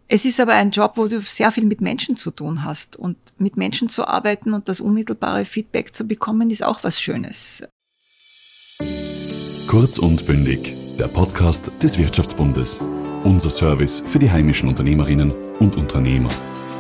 Es ist aber ein Job, wo du sehr viel mit Menschen zu tun hast. Und mit Menschen zu arbeiten und das unmittelbare Feedback zu bekommen, ist auch was Schönes. Kurz und bündig, der Podcast des Wirtschaftsbundes. Unser Service für die heimischen Unternehmerinnen und Unternehmer.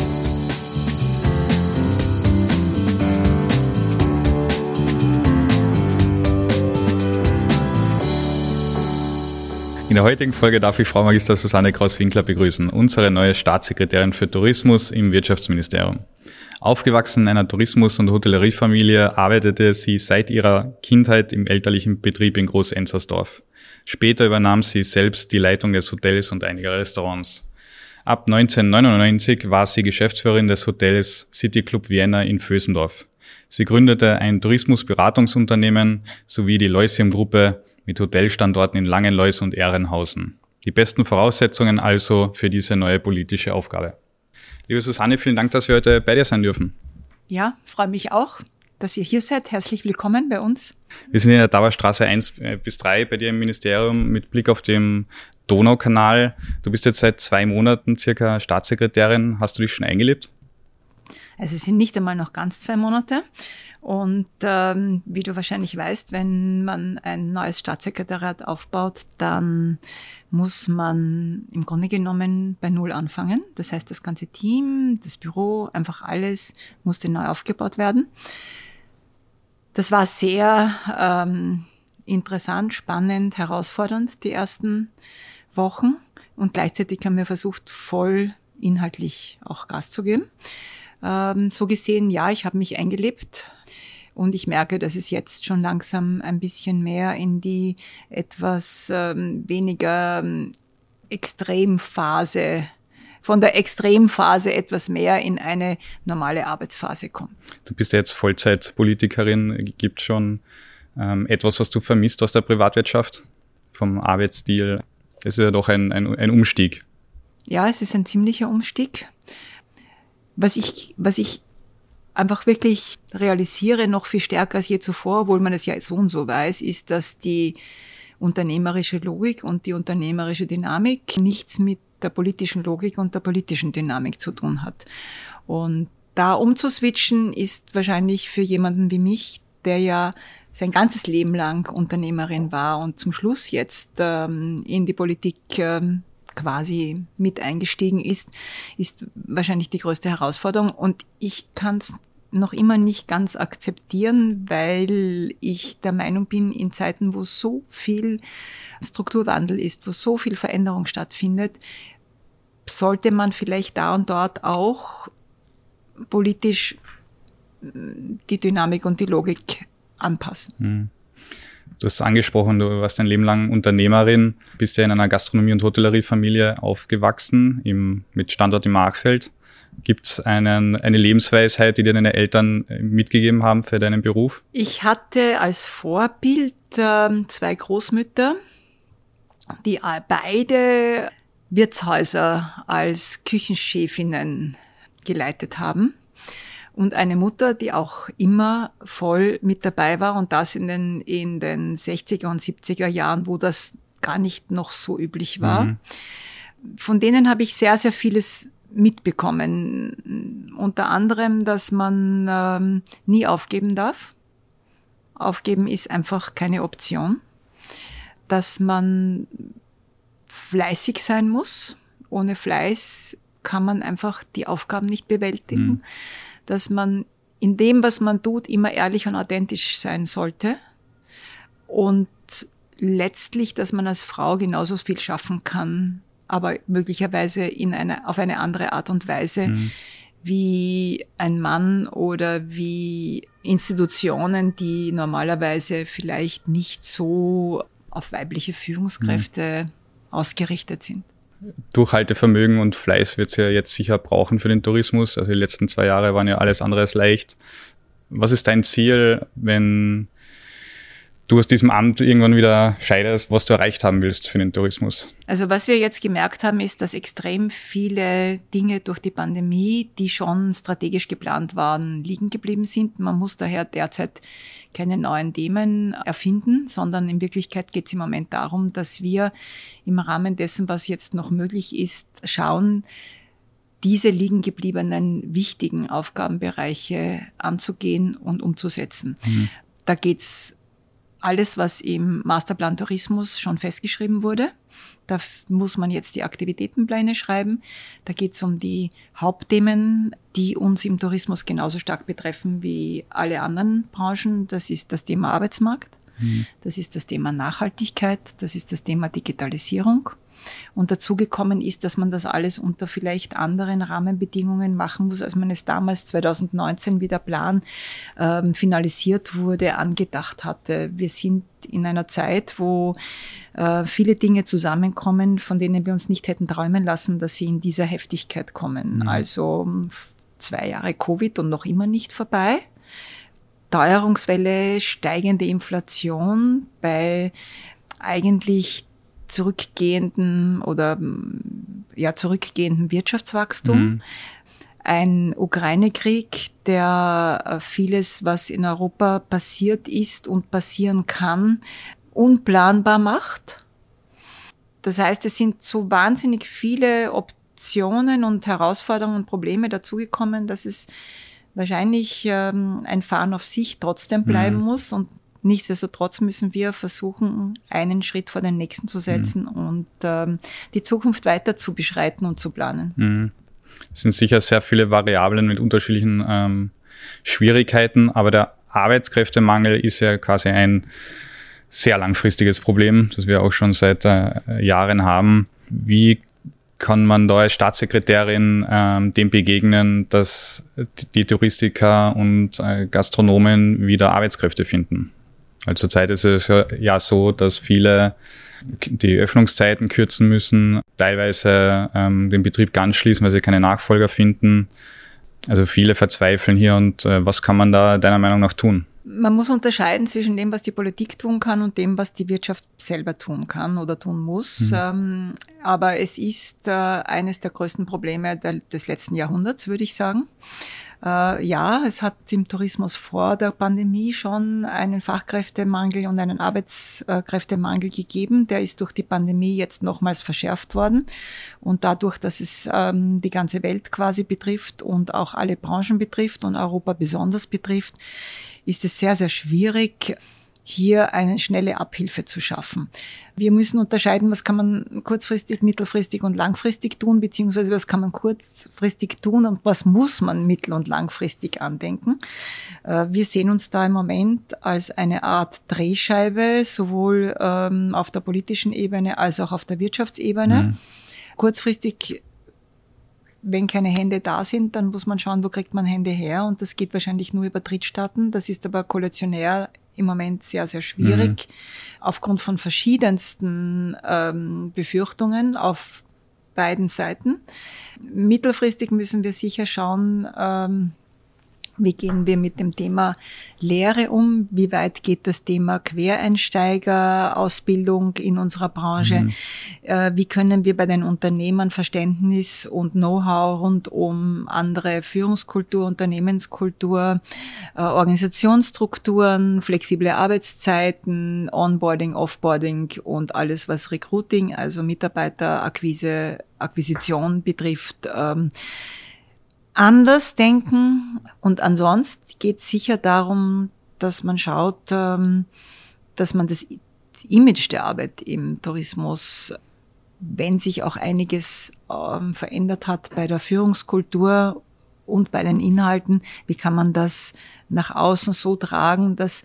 In der heutigen Folge darf ich Frau Magister Susanne Kraus-Winkler begrüßen, unsere neue Staatssekretärin für Tourismus im Wirtschaftsministerium. Aufgewachsen in einer Tourismus- und Hotelleriefamilie, arbeitete sie seit ihrer Kindheit im elterlichen Betrieb in Groß-Enzersdorf. Später übernahm sie selbst die Leitung des Hotels und einiger Restaurants. Ab 1999 war sie Geschäftsführerin des Hotels City Club Vienna in Vösendorf. Sie gründete ein Tourismusberatungsunternehmen sowie die Leusium-Gruppe mit Hotelstandorten in Langenlois und Ehrenhausen. Die besten Voraussetzungen also für diese neue politische Aufgabe. Liebe Susanne, vielen Dank, dass wir heute bei dir sein dürfen. Ja, freue mich auch, dass ihr hier seid. Herzlich willkommen bei uns. Wir sind in der Dauerstraße 1 bis 3 bei dir im Ministerium mit Blick auf den Donaukanal. Du bist jetzt seit 2 Monaten circa Staatssekretärin. Hast du dich schon eingelebt? Also es sind nicht einmal noch ganz 2 Monate. Und wie du wahrscheinlich weißt, wenn man ein neues Staatssekretariat aufbaut, dann muss man im Grunde genommen bei Null anfangen. Das heißt, das ganze Team, das Büro, einfach alles musste neu aufgebaut werden. Das war sehr interessant, spannend, herausfordernd, die ersten Wochen. Und gleichzeitig haben wir versucht, voll inhaltlich auch Gas zu geben. So gesehen, ja, ich habe mich eingelebt. Und ich merke, dass es jetzt schon langsam ein bisschen mehr in die etwas weniger Extremphase, von der Extremphase etwas mehr in eine normale Arbeitsphase kommt. Du bist ja jetzt Vollzeitpolitikerin. Gibt es schon etwas, was du vermisst aus der Privatwirtschaft, vom Arbeitsstil? Das ist ja doch ein Umstieg. Ja, es ist ein ziemlicher Umstieg. Was ich einfach wirklich realisiere, noch viel stärker als je zuvor, obwohl man es ja so und so weiß, ist, dass die unternehmerische Logik und die unternehmerische Dynamik nichts mit der politischen Logik und der politischen Dynamik zu tun hat. Und da umzuswitchen ist wahrscheinlich für jemanden wie mich, der ja sein ganzes Leben lang Unternehmerin war und zum Schluss jetzt in die Politik quasi mit eingestiegen ist wahrscheinlich die größte Herausforderung. Und ich kann es noch immer nicht ganz akzeptieren, weil ich der Meinung bin, in Zeiten, wo so viel Strukturwandel ist, wo so viel Veränderung stattfindet, sollte man vielleicht da und dort auch politisch die Dynamik und die Logik anpassen. Du hast es angesprochen, du warst dein Leben lang Unternehmerin, bist ja in einer Gastronomie- und Hotelleriefamilie aufgewachsen, mit Standort im Machfeld. Gibt es eine Lebensweisheit, die dir deine Eltern mitgegeben haben für deinen Beruf? Ich hatte als Vorbild 2 Großmütter, die beide Wirtshäuser als Küchenchefinnen geleitet haben. Und eine Mutter, die auch immer voll mit dabei war und das in den 60er und 70er Jahren, wo das gar nicht noch so üblich war. Von denen habe ich sehr, sehr vieles mitbekommen. Unter anderem, dass man nie aufgeben darf. Aufgeben ist einfach keine Option. Dass man fleißig sein muss. Ohne Fleiß kann man einfach die Aufgaben nicht bewältigen. Dass man in dem, was man tut, immer ehrlich und authentisch sein sollte. Und letztlich, dass man als Frau genauso viel schaffen kann, aber möglicherweise auf eine andere Art und Weise wie ein Mann oder wie Institutionen, die normalerweise vielleicht nicht so auf weibliche Führungskräfte ausgerichtet sind. Durchhaltevermögen und Fleiß wird es ja jetzt sicher brauchen für den Tourismus. Also die letzten 2 Jahre waren ja alles andere als leicht. Was ist dein Ziel, wenn du aus diesem Amt irgendwann wieder scheidest, was du erreicht haben willst für den Tourismus? Also was wir jetzt gemerkt haben, ist, dass extrem viele Dinge durch die Pandemie, die schon strategisch geplant waren, liegen geblieben sind. Man muss daher derzeit keine neuen Themen erfinden, sondern in Wirklichkeit geht es im Moment darum, dass wir im Rahmen dessen, was jetzt noch möglich ist, schauen, diese liegen gebliebenen wichtigen Aufgabenbereiche anzugehen und umzusetzen. Da geht's alles, was im Masterplan Tourismus schon festgeschrieben wurde. Da muss man jetzt die Aktivitätenpläne schreiben. Da geht's um die Hauptthemen, die uns im Tourismus genauso stark betreffen wie alle anderen Branchen. Das ist das Thema Arbeitsmarkt, das ist das Thema Nachhaltigkeit, das ist das Thema Digitalisierung. Und dazu gekommen ist, dass man das alles unter vielleicht anderen Rahmenbedingungen machen muss, als man es damals 2019, wie der Plan finalisiert wurde, angedacht hatte. Wir sind in einer Zeit, wo viele Dinge zusammenkommen, von denen wir uns nicht hätten träumen lassen, dass sie in dieser Heftigkeit kommen. Also 2 Jahre Covid und noch immer nicht vorbei. Teuerungswelle, steigende Inflation bei eigentlich zurückgehenden Wirtschaftswachstum. Ein Ukraine-Krieg, der vieles, was in Europa passiert ist und passieren kann, unplanbar macht. Das heißt, es sind so wahnsinnig viele Optionen und Herausforderungen und Probleme dazugekommen, dass es wahrscheinlich ein Fahren auf sich trotzdem bleiben muss. Und nichtsdestotrotz müssen wir versuchen, einen Schritt vor den nächsten zu setzen und die Zukunft weiter zu beschreiten und zu planen. Es sind sicher sehr viele Variablen mit unterschiedlichen Schwierigkeiten, aber der Arbeitskräftemangel ist ja quasi ein sehr langfristiges Problem, das wir auch schon seit Jahren haben. Wie kann man da als Staatssekretärin dem begegnen, dass die Touristiker und Gastronomen wieder Arbeitskräfte finden? Also zurzeit ist es ja so, dass viele die Öffnungszeiten kürzen müssen, teilweise den Betrieb ganz schließen, weil sie keine Nachfolger finden. Also viele verzweifeln hier und was kann man da deiner Meinung nach tun? Man muss unterscheiden zwischen dem, was die Politik tun kann und dem, was die Wirtschaft selber tun kann oder tun muss. Aber es ist eines der größten Probleme des letzten Jahrhunderts, würde ich sagen. Ja, es hat im Tourismus vor der Pandemie schon einen Fachkräftemangel und einen Arbeitskräftemangel gegeben. Der ist durch die Pandemie jetzt nochmals verschärft worden. Und dadurch, dass es die ganze Welt quasi betrifft und auch alle Branchen betrifft und Europa besonders betrifft, ist es sehr, sehr schwierig, hier eine schnelle Abhilfe zu schaffen. Wir müssen unterscheiden, was kann man kurzfristig, mittelfristig und langfristig tun, beziehungsweise was kann man kurzfristig tun und was muss man mittel- und langfristig andenken. Wir sehen uns da im Moment als eine Art Drehscheibe, sowohl auf der politischen Ebene als auch auf der Wirtschaftsebene. Kurzfristig, wenn keine Hände da sind, dann muss man schauen, wo kriegt man Hände her, und das geht wahrscheinlich nur über Drittstaaten. Das ist aber koalitionär im Moment sehr, sehr schwierig, aufgrund von verschiedensten Befürchtungen auf beiden Seiten. Mittelfristig müssen wir sicher schauen, wie gehen wir mit dem Thema Lehre um? Wie weit geht das Thema Quereinsteiger-Ausbildung in unserer Branche? Wie können wir bei den Unternehmern Verständnis und Know-how rund um andere Führungskultur, Unternehmenskultur, Organisationsstrukturen, flexible Arbeitszeiten, Onboarding, Offboarding und alles, was Recruiting, also Mitarbeiterakquisition betrifft, anders denken. Und ansonsten geht es sicher darum, dass man schaut, dass man das Image der Arbeit im Tourismus, wenn sich auch einiges verändert hat bei der Führungskultur und bei den Inhalten, wie kann man das nach außen so tragen, dass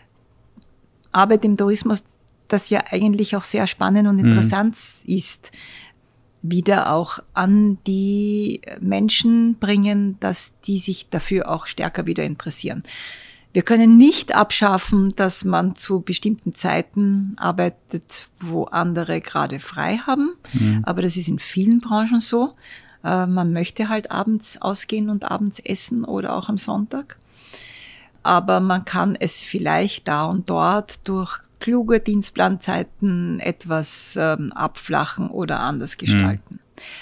Arbeit im Tourismus, das ja eigentlich auch sehr spannend und interessant ist, wieder auch an die Menschen bringen, dass die sich dafür auch stärker wieder interessieren. Wir können nicht abschaffen, dass man zu bestimmten Zeiten arbeitet, wo andere gerade frei haben. Aber das ist in vielen Branchen so. Man möchte halt abends ausgehen und abends essen oder auch am Sonntag. aber man kann es vielleicht da und dort durch kluge Dienstplanzeiten etwas abflachen oder anders gestalten.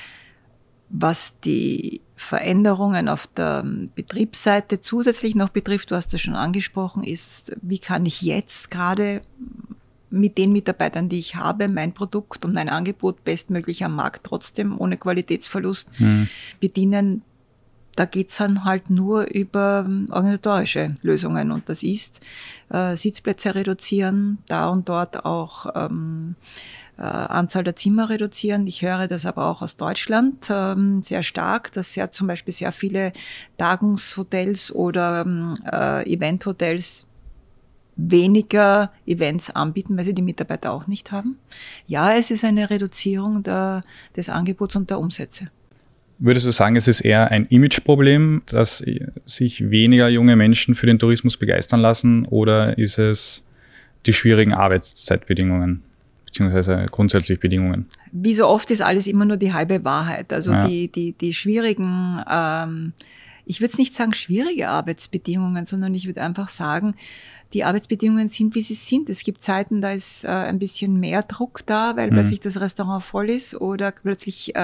Was die Veränderungen auf der Betriebsseite zusätzlich noch betrifft, du hast das schon angesprochen, ist, wie kann ich jetzt gerade mit den Mitarbeitern, die ich habe, mein Produkt und mein Angebot bestmöglich am Markt trotzdem ohne Qualitätsverlust bedienen. Da geht's dann halt nur über organisatorische Lösungen und das ist Sitzplätze reduzieren, da und dort auch Anzahl der Zimmer reduzieren. Ich höre das aber auch aus Deutschland sehr stark, dass zum Beispiel sehr viele Tagungshotels oder Eventhotels weniger Events anbieten, weil sie die Mitarbeiter auch nicht haben. Ja, es ist eine Reduzierung des Angebots und der Umsätze. Würdest du sagen, es ist eher ein Imageproblem, dass sich weniger junge Menschen für den Tourismus begeistern lassen, oder ist es die schwierigen Arbeitszeitbedingungen beziehungsweise grundsätzlich Bedingungen? Wie so oft ist alles immer nur die halbe Wahrheit. Also die schwierigen, ich würde es nicht sagen schwierige Arbeitsbedingungen, sondern ich würde einfach sagen, die Arbeitsbedingungen sind, wie sie sind. Es gibt Zeiten, da ist ein bisschen mehr Druck da, weil plötzlich das Restaurant voll ist oder plötzlich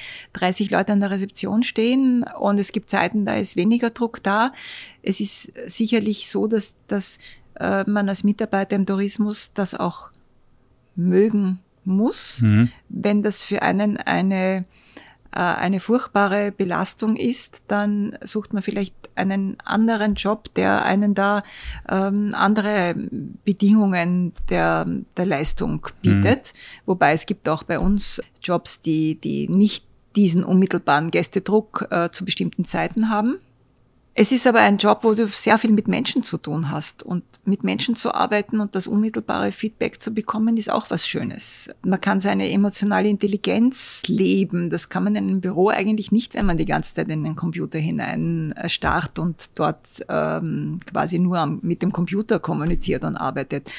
30 Leute an der Rezeption stehen. Und es gibt Zeiten, da ist weniger Druck da. Es ist sicherlich so, dass man als Mitarbeiter im Tourismus das auch mögen muss. Wenn das für einen eine furchtbare Belastung ist, dann sucht man vielleicht einen anderen Job, der einen da andere Bedingungen der Leistung bietet. Wobei es gibt auch bei uns Jobs, die nicht diesen unmittelbaren Gästedruck zu bestimmten Zeiten haben. Es ist aber ein Job, wo du sehr viel mit Menschen zu tun hast. Und mit Menschen zu arbeiten und das unmittelbare Feedback zu bekommen, ist auch was Schönes. Man kann seine emotionale Intelligenz leben. Das kann man in einem Büro eigentlich nicht, wenn man die ganze Zeit in den Computer hinein starrt und dort quasi nur mit dem Computer kommuniziert und arbeitet.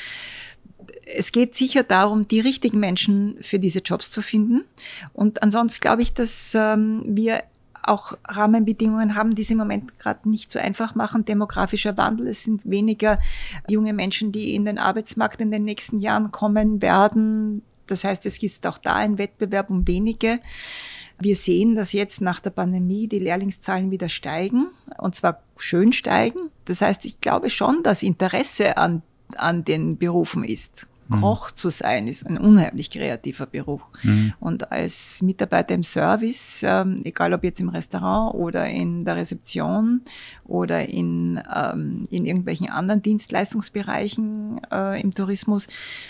Es geht sicher darum, die richtigen Menschen für diese Jobs zu finden. Und ansonsten glaube ich, dass wir auch Rahmenbedingungen haben, die es im Moment gerade nicht so einfach machen. Demografischer Wandel, es sind weniger junge Menschen, die in den Arbeitsmarkt in den nächsten Jahren kommen werden. Das heißt, es ist auch da ein Wettbewerb um wenige. Wir sehen, dass jetzt nach der Pandemie die Lehrlingszahlen wieder steigen, und zwar schön steigen. Das heißt, ich glaube schon, dass Interesse an den Berufen ist. Koch zu sein ist ein unheimlich kreativer Beruf. Und als Mitarbeiter im Service, egal ob jetzt im Restaurant oder in der Rezeption oder in irgendwelchen anderen Dienstleistungsbereichen im Tourismus,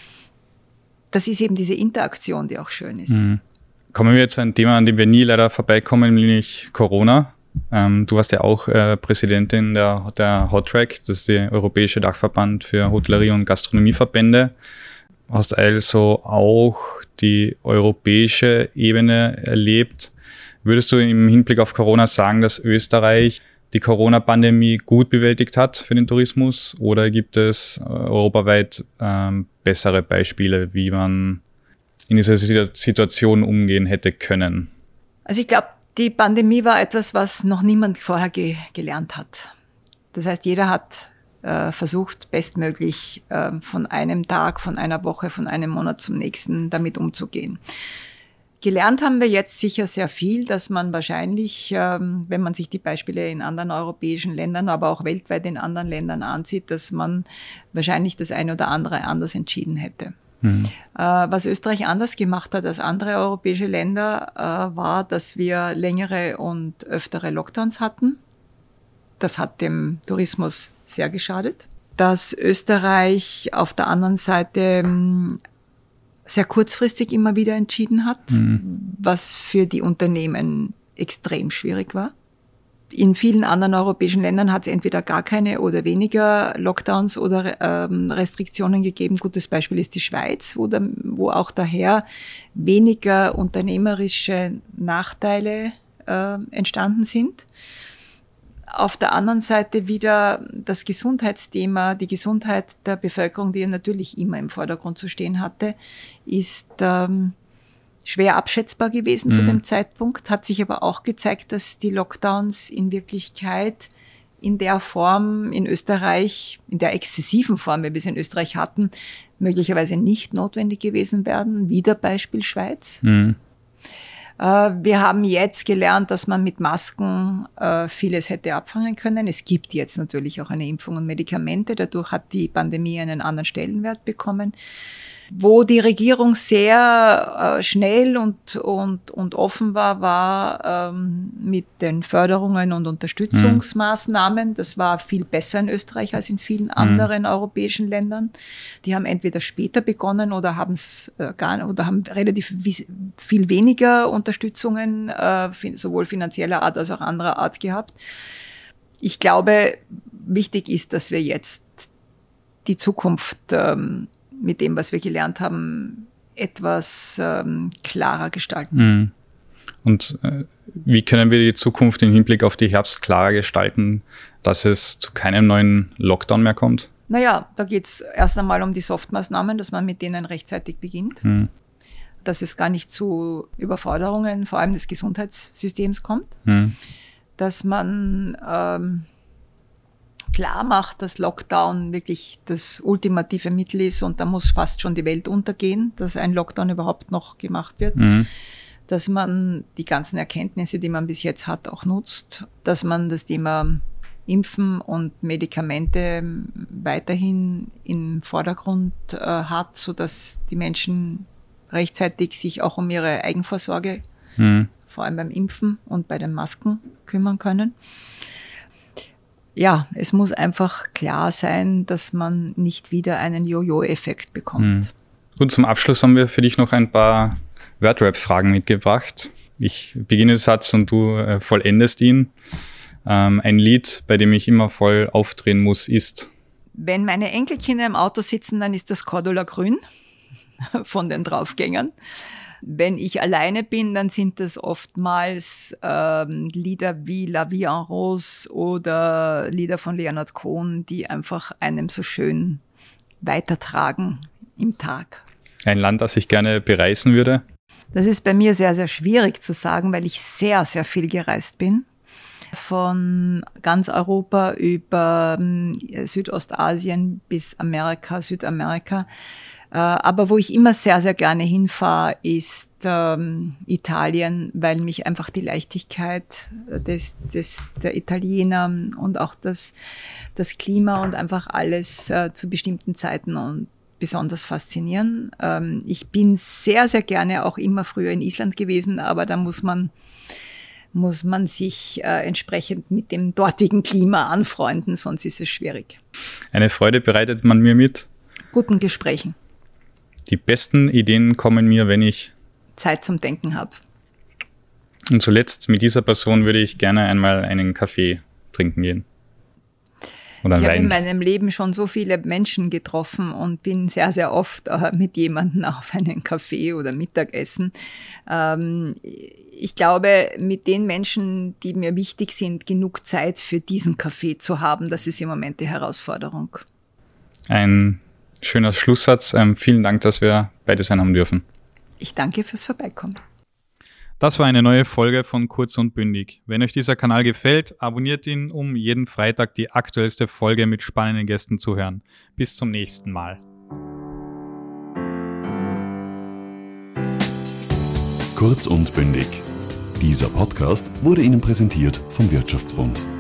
das ist eben diese Interaktion, die auch schön ist. Kommen wir jetzt zu einem Thema, an dem wir nie leider vorbeikommen, nämlich Corona. Du warst ja auch Präsidentin der HOTRAC, das ist der Europäische Dachverband für Hotellerie- und Gastronomieverbände. Hast also auch die europäische Ebene erlebt. Würdest du im Hinblick auf Corona sagen, dass Österreich die Corona-Pandemie gut bewältigt hat für den Tourismus, oder gibt es europaweit bessere Beispiele, wie man in dieser Situation umgehen hätte können? Also ich glaube, die Pandemie war etwas, was noch niemand vorher gelernt hat. Das heißt, jeder hat versucht, bestmöglich von einem Tag, von einer Woche, von einem Monat zum nächsten damit umzugehen. Gelernt haben wir jetzt sicher sehr viel, dass man wahrscheinlich, wenn man sich die Beispiele in anderen europäischen Ländern, aber auch weltweit in anderen Ländern ansieht, dass man wahrscheinlich das eine oder andere anders entschieden hätte. Was Österreich anders gemacht hat als andere europäische Länder, war, dass wir längere und öftere Lockdowns hatten. Das hat dem Tourismus sehr geschadet. Dass Österreich auf der anderen Seite sehr kurzfristig immer wieder entschieden hat, was für die Unternehmen extrem schwierig war. In vielen anderen europäischen Ländern hat es entweder gar keine oder weniger Lockdowns oder Restriktionen gegeben. Gutes Beispiel ist die Schweiz, wo auch daher weniger unternehmerische Nachteile entstanden sind. Auf der anderen Seite wieder das Gesundheitsthema, die Gesundheit der Bevölkerung, die ja natürlich immer im Vordergrund zu stehen hatte, ist schwer abschätzbar gewesen zu dem Zeitpunkt, hat sich aber auch gezeigt, dass die Lockdowns in Wirklichkeit in der Form in Österreich, in der exzessiven Form, wie wir es in Österreich hatten, möglicherweise nicht notwendig gewesen werden. Wieder Beispiel Schweiz. Mhm. Wir haben jetzt gelernt, dass man mit Masken vieles hätte abfangen können. Es gibt jetzt natürlich auch eine Impfung und Medikamente. Dadurch hat die Pandemie einen anderen Stellenwert bekommen. Wo die Regierung sehr schnell und offen war mit den Förderungen und Unterstützungsmaßnahmen. Das war viel besser in Österreich als in vielen anderen europäischen Ländern. Die haben entweder später begonnen oder haben relativ viel weniger Unterstützungen, sowohl finanzieller Art als auch anderer Art gehabt. Ich glaube, wichtig ist, dass wir jetzt die Zukunft mit dem, was wir gelernt haben, etwas klarer gestalten. Und wie können wir die Zukunft im Hinblick auf die Herbst klarer gestalten, dass es zu keinem neuen Lockdown mehr kommt? Naja, da geht es erst einmal um die Softmaßnahmen, dass man mit denen rechtzeitig beginnt. Dass es gar nicht zu Überforderungen, vor allem des Gesundheitssystems kommt. Dass man klar macht, dass Lockdown wirklich das ultimative Mittel ist und da muss fast schon die Welt untergehen, dass ein Lockdown überhaupt noch gemacht wird. Dass man die ganzen Erkenntnisse, die man bis jetzt hat, auch nutzt. Dass man das Thema Impfen und Medikamente weiterhin im Vordergrund hat, sodass die Menschen rechtzeitig sich auch um ihre Eigenvorsorge, vor allem beim Impfen und bei den Masken kümmern können. Ja, es muss einfach klar sein, dass man nicht wieder einen Jojo-Effekt bekommt. Gut, zum Abschluss haben wir für dich noch ein paar Wordrap-Fragen mitgebracht. Ich beginne den Satz und du vollendest ihn. Ein Lied, bei dem ich immer voll aufdrehen muss, ist: Wenn meine Enkelkinder im Auto sitzen, dann ist das Cordula Grün von den Draufgängern. Wenn ich alleine bin, dann sind das oftmals Lieder wie La Vie en Rose oder Lieder von Leonard Cohen, die einfach einem so schön weitertragen im Tag. Ein Land, das ich gerne bereisen würde? Das ist bei mir sehr, sehr schwierig zu sagen, weil ich sehr, sehr viel gereist bin. Von ganz Europa über Südostasien bis Amerika, Südamerika. Aber wo ich immer sehr, sehr gerne hinfahre, ist Italien, weil mich einfach die Leichtigkeit der Italiener und auch das Klima und einfach alles zu bestimmten Zeiten und besonders faszinieren. Ich bin sehr, sehr gerne auch immer früher in Island gewesen, aber da muss man sich entsprechend mit dem dortigen Klima anfreunden, sonst ist es schwierig. Eine Freude bereitet man mir mit guten Gesprächen. Die besten Ideen kommen mir, wenn ich Zeit zum Denken habe. Und zuletzt, mit dieser Person würde ich gerne einmal einen Kaffee trinken gehen. Oder einen Wein. Ich habe in meinem Leben schon so viele Menschen getroffen und bin sehr, sehr oft mit jemandem auf einen Kaffee oder Mittagessen. Ich glaube, mit den Menschen, die mir wichtig sind, genug Zeit für diesen Kaffee zu haben, das ist im Moment die Herausforderung. Ein schöner Schlusssatz. Vielen Dank, dass wir beide sein haben dürfen. Ich danke fürs Vorbeikommen. Das war eine neue Folge von Kurz und Bündig. Wenn euch dieser Kanal gefällt, abonniert ihn, um jeden Freitag die aktuellste Folge mit spannenden Gästen zu hören. Bis zum nächsten Mal. Kurz und Bündig. Dieser Podcast wurde Ihnen präsentiert vom Wirtschaftsbund.